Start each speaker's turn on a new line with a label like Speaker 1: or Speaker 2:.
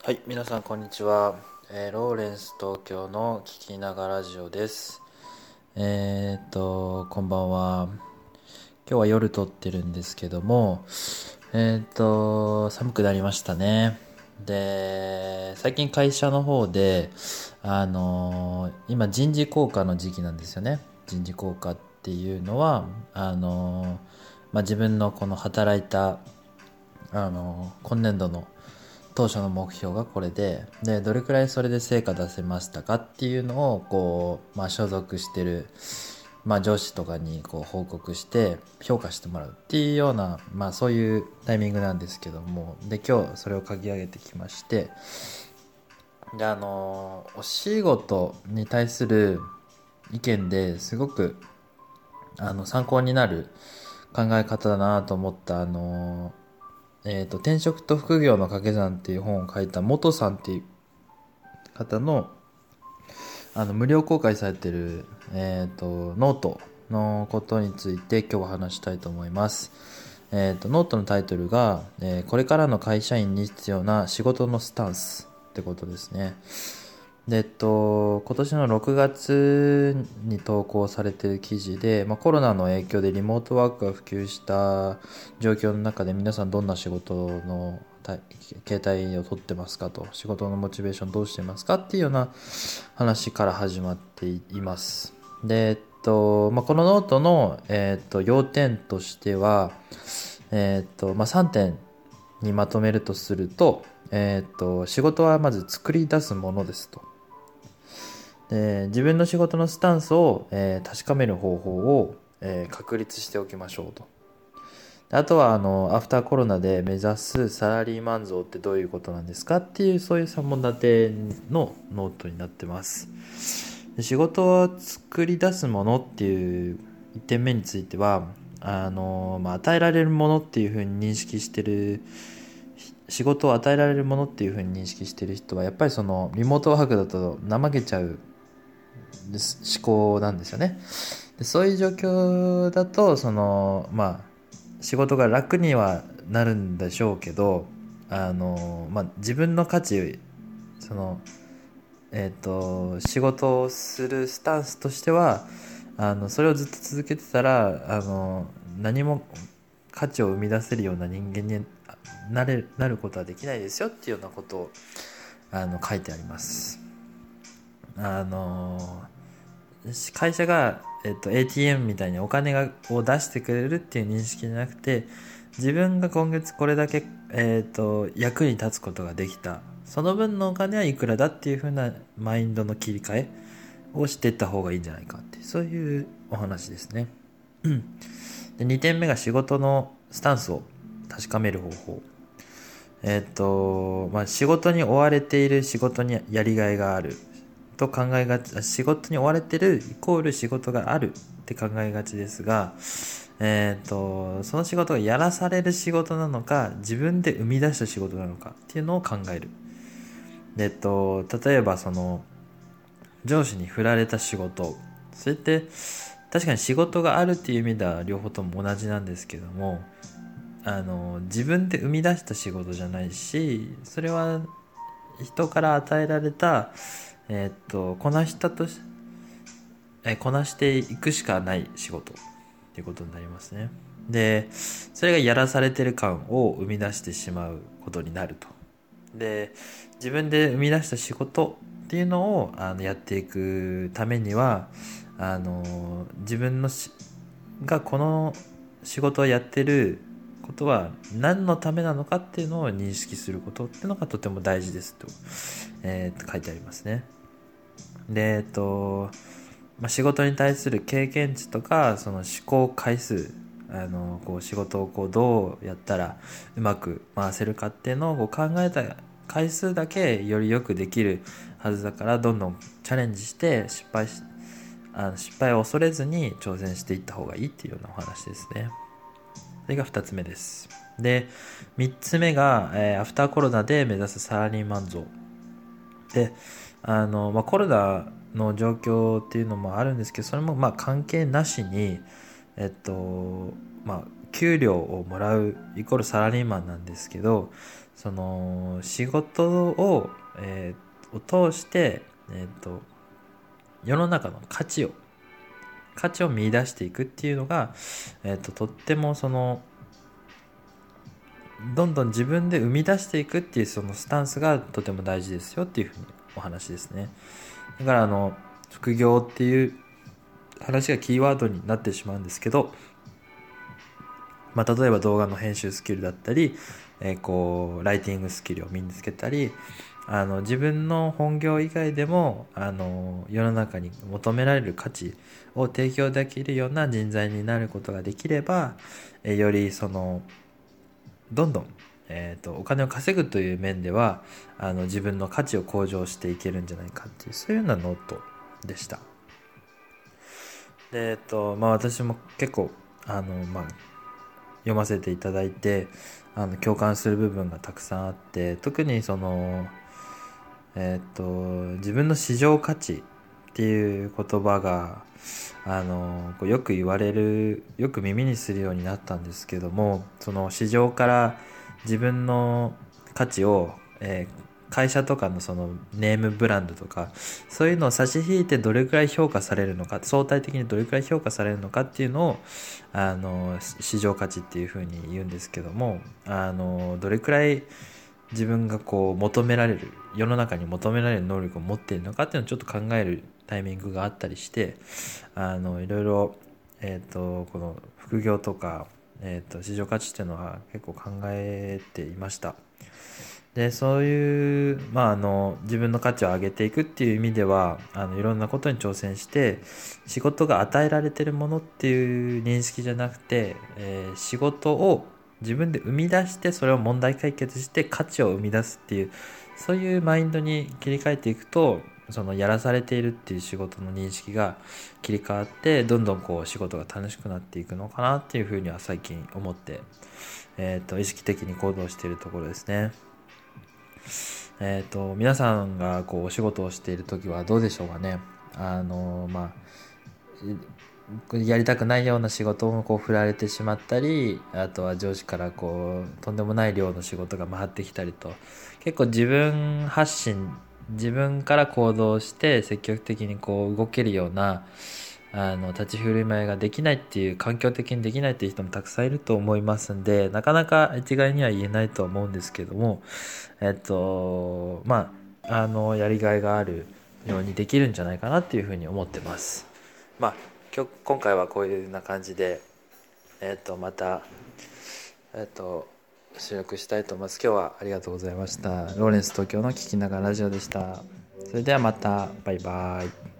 Speaker 1: はい、皆さんこんにちは。ローレンス東京の聞きながらラジオです。こんばんは。今日は夜撮ってるんですけども、寒くなりましたね。で、最近会社の方で、今人事考課の時期なんですよね。人事考課っていうのは、自分のこの働いた、今年度の当初の目標がこれでどれくらいそれで成果出せましたかっていうのを所属してる、上司とかに報告して評価してもらうっていうような、そういうタイミングなんですけども、で今日それを書き上げてきまして、でお仕事に対する意見ですごく参考になる考え方だなと思った転職と副業の掛け算っていう本を書いた元さんっていう方の無料公開されている、ノートのことについて今日は話したいと思います。ノートのタイトルが、これからの会社員に必要な仕事のスタンスってことですね。で、今年の6月に投稿されている記事で、コロナの影響でリモートワークが普及した状況の中で皆さんどんな仕事の形態をとってますかと、仕事のモチベーションどうしてますかっていうような話から始まっています。で、このノートの、要点としては、3点にまとめるとすると、仕事はまず作り出すものですと。で、自分の仕事のスタンスを、確かめる方法を、確立しておきましょうと。あとはアフターコロナで目指すサラリーマン像ってどういうことなんですかっていう、そういう3本立てのノートになってます。で、仕事を作り出すものっていう1点目については、与えられるものっていうふうに認識してる、仕事を与えられるものっていうふうに認識してる人はやっぱりそのリモートワークだと怠けちゃう思考なんですよね。で、そういう状況だと仕事が楽にはなるんでしょうけど、自分の価値、その仕事をするスタンスとしてはそれをずっと続けてたら何も価値を生み出せるような人間になることはできないですよっていうようなことを書いてあります。会社が、ATM みたいにお金を出してくれるっていう認識じゃなくて、自分が今月これだけ、役に立つことができた、その分のお金はいくらだっていう風なマインドの切り替えをしていった方がいいんじゃないかって、そういうお話ですね。で、2点目が仕事のスタンスを確かめる方法。仕事に追われている、仕事にやりがいがあると考えがち、仕事に追われてるイコール仕事があるって考えがちですが、その仕事がやらされる仕事なのか、自分で生み出した仕事なのかっていうのを考える。で、例えばその上司に振られた仕事、それって確かに仕事があるっていう意味では両方とも同じなんですけども、自分で生み出した仕事じゃないし、それは人から与えられた、こなしたとし、こなしていくしかない仕事っていうことになりますね。で、それがやらされてる感を生み出してしまうことになると。で、自分で生み出した仕事っていうのをやっていくためには、自分のがこの仕事をやってることは何のためなのかっていうのを認識することっていうのがとても大事ですと、書いてありますね。で、仕事に対する経験値とかその試行回数、仕事をどうやったらうまく回せるかっていうのを考えた回数だけよりよくできるはずだから、どんどんチャレンジして失敗を恐れずに挑戦していった方がいいっていうようなお話ですね。それが2つ目です。で、3つ目が、アフターコロナで目指すサラリーマン像で、コロナの状況っていうのもあるんですけど、それも関係なしに、給料をもらうイコールサラリーマンなんですけど、 その仕事を通して、世の中の価値を見出していくっていうのが、とってもどんどん自分で生み出していくっていうそのスタンスがとても大事ですよっていうふうにお話ですね。だから副業っていう話がキーワードになってしまうんですけど、例えば動画の編集スキルだったり、ライティングスキルを身につけたり、自分の本業以外でも世の中に求められる価値を提供できるような人材になることができれば、よりどんどん、お金を稼ぐという面では自分の価値を向上していけるんじゃないかっていう、そういうようなノートでした。で私も結構読ませていただいて共感する部分がたくさんあって、特に自分の市場価値っていう言葉がよく言われる、よく耳にするようになったんですけども、その市場から自分の価値を、会社とかのそのネームブランドとかそういうのを差し引いてどれくらい評価されるのか、相対的にどれくらい評価されるのかっていうのを市場価値っていうふうに言うんですけども、どれくらい自分が求められる、世の中に求められる能力を持っているのかっていうのをちょっと考えるタイミングがあったりして、いろいろ、この副業とか、市場価値っていうのは結構考えていました。でそういう、自分の価値を上げていくっていう意味ではいろんなことに挑戦して、仕事が与えられてるものっていう認識じゃなくて、仕事を自分で生み出して、それを問題解決して価値を生み出すっていう、そういうマインドに切り替えていくと、そのやらされているっていう仕事の認識が切り替わって、どんどん仕事が楽しくなっていくのかなっていうふうには最近思って、意識的に行動しているところですね。皆さんがお仕事をしている時はどうでしょうかね。やりたくないような仕事を振られてしまったり、あとは上司からとんでもない量の仕事が回ってきたりと、結構自分発信、自分から行動して積極的に動けるような立ち振る舞いができないっていう、環境的にできないっていう人もたくさんいると思いますんで、なかなか一概には言えないと思うんですけども、やりがいがあるようにできるんじゃないかなっていうふうに思ってます。今回はこういうような感じでまた収録したいと思います。今日はありがとうございました。ローレンス東京の聞きながらラジオでした。それではまた、バイバイ。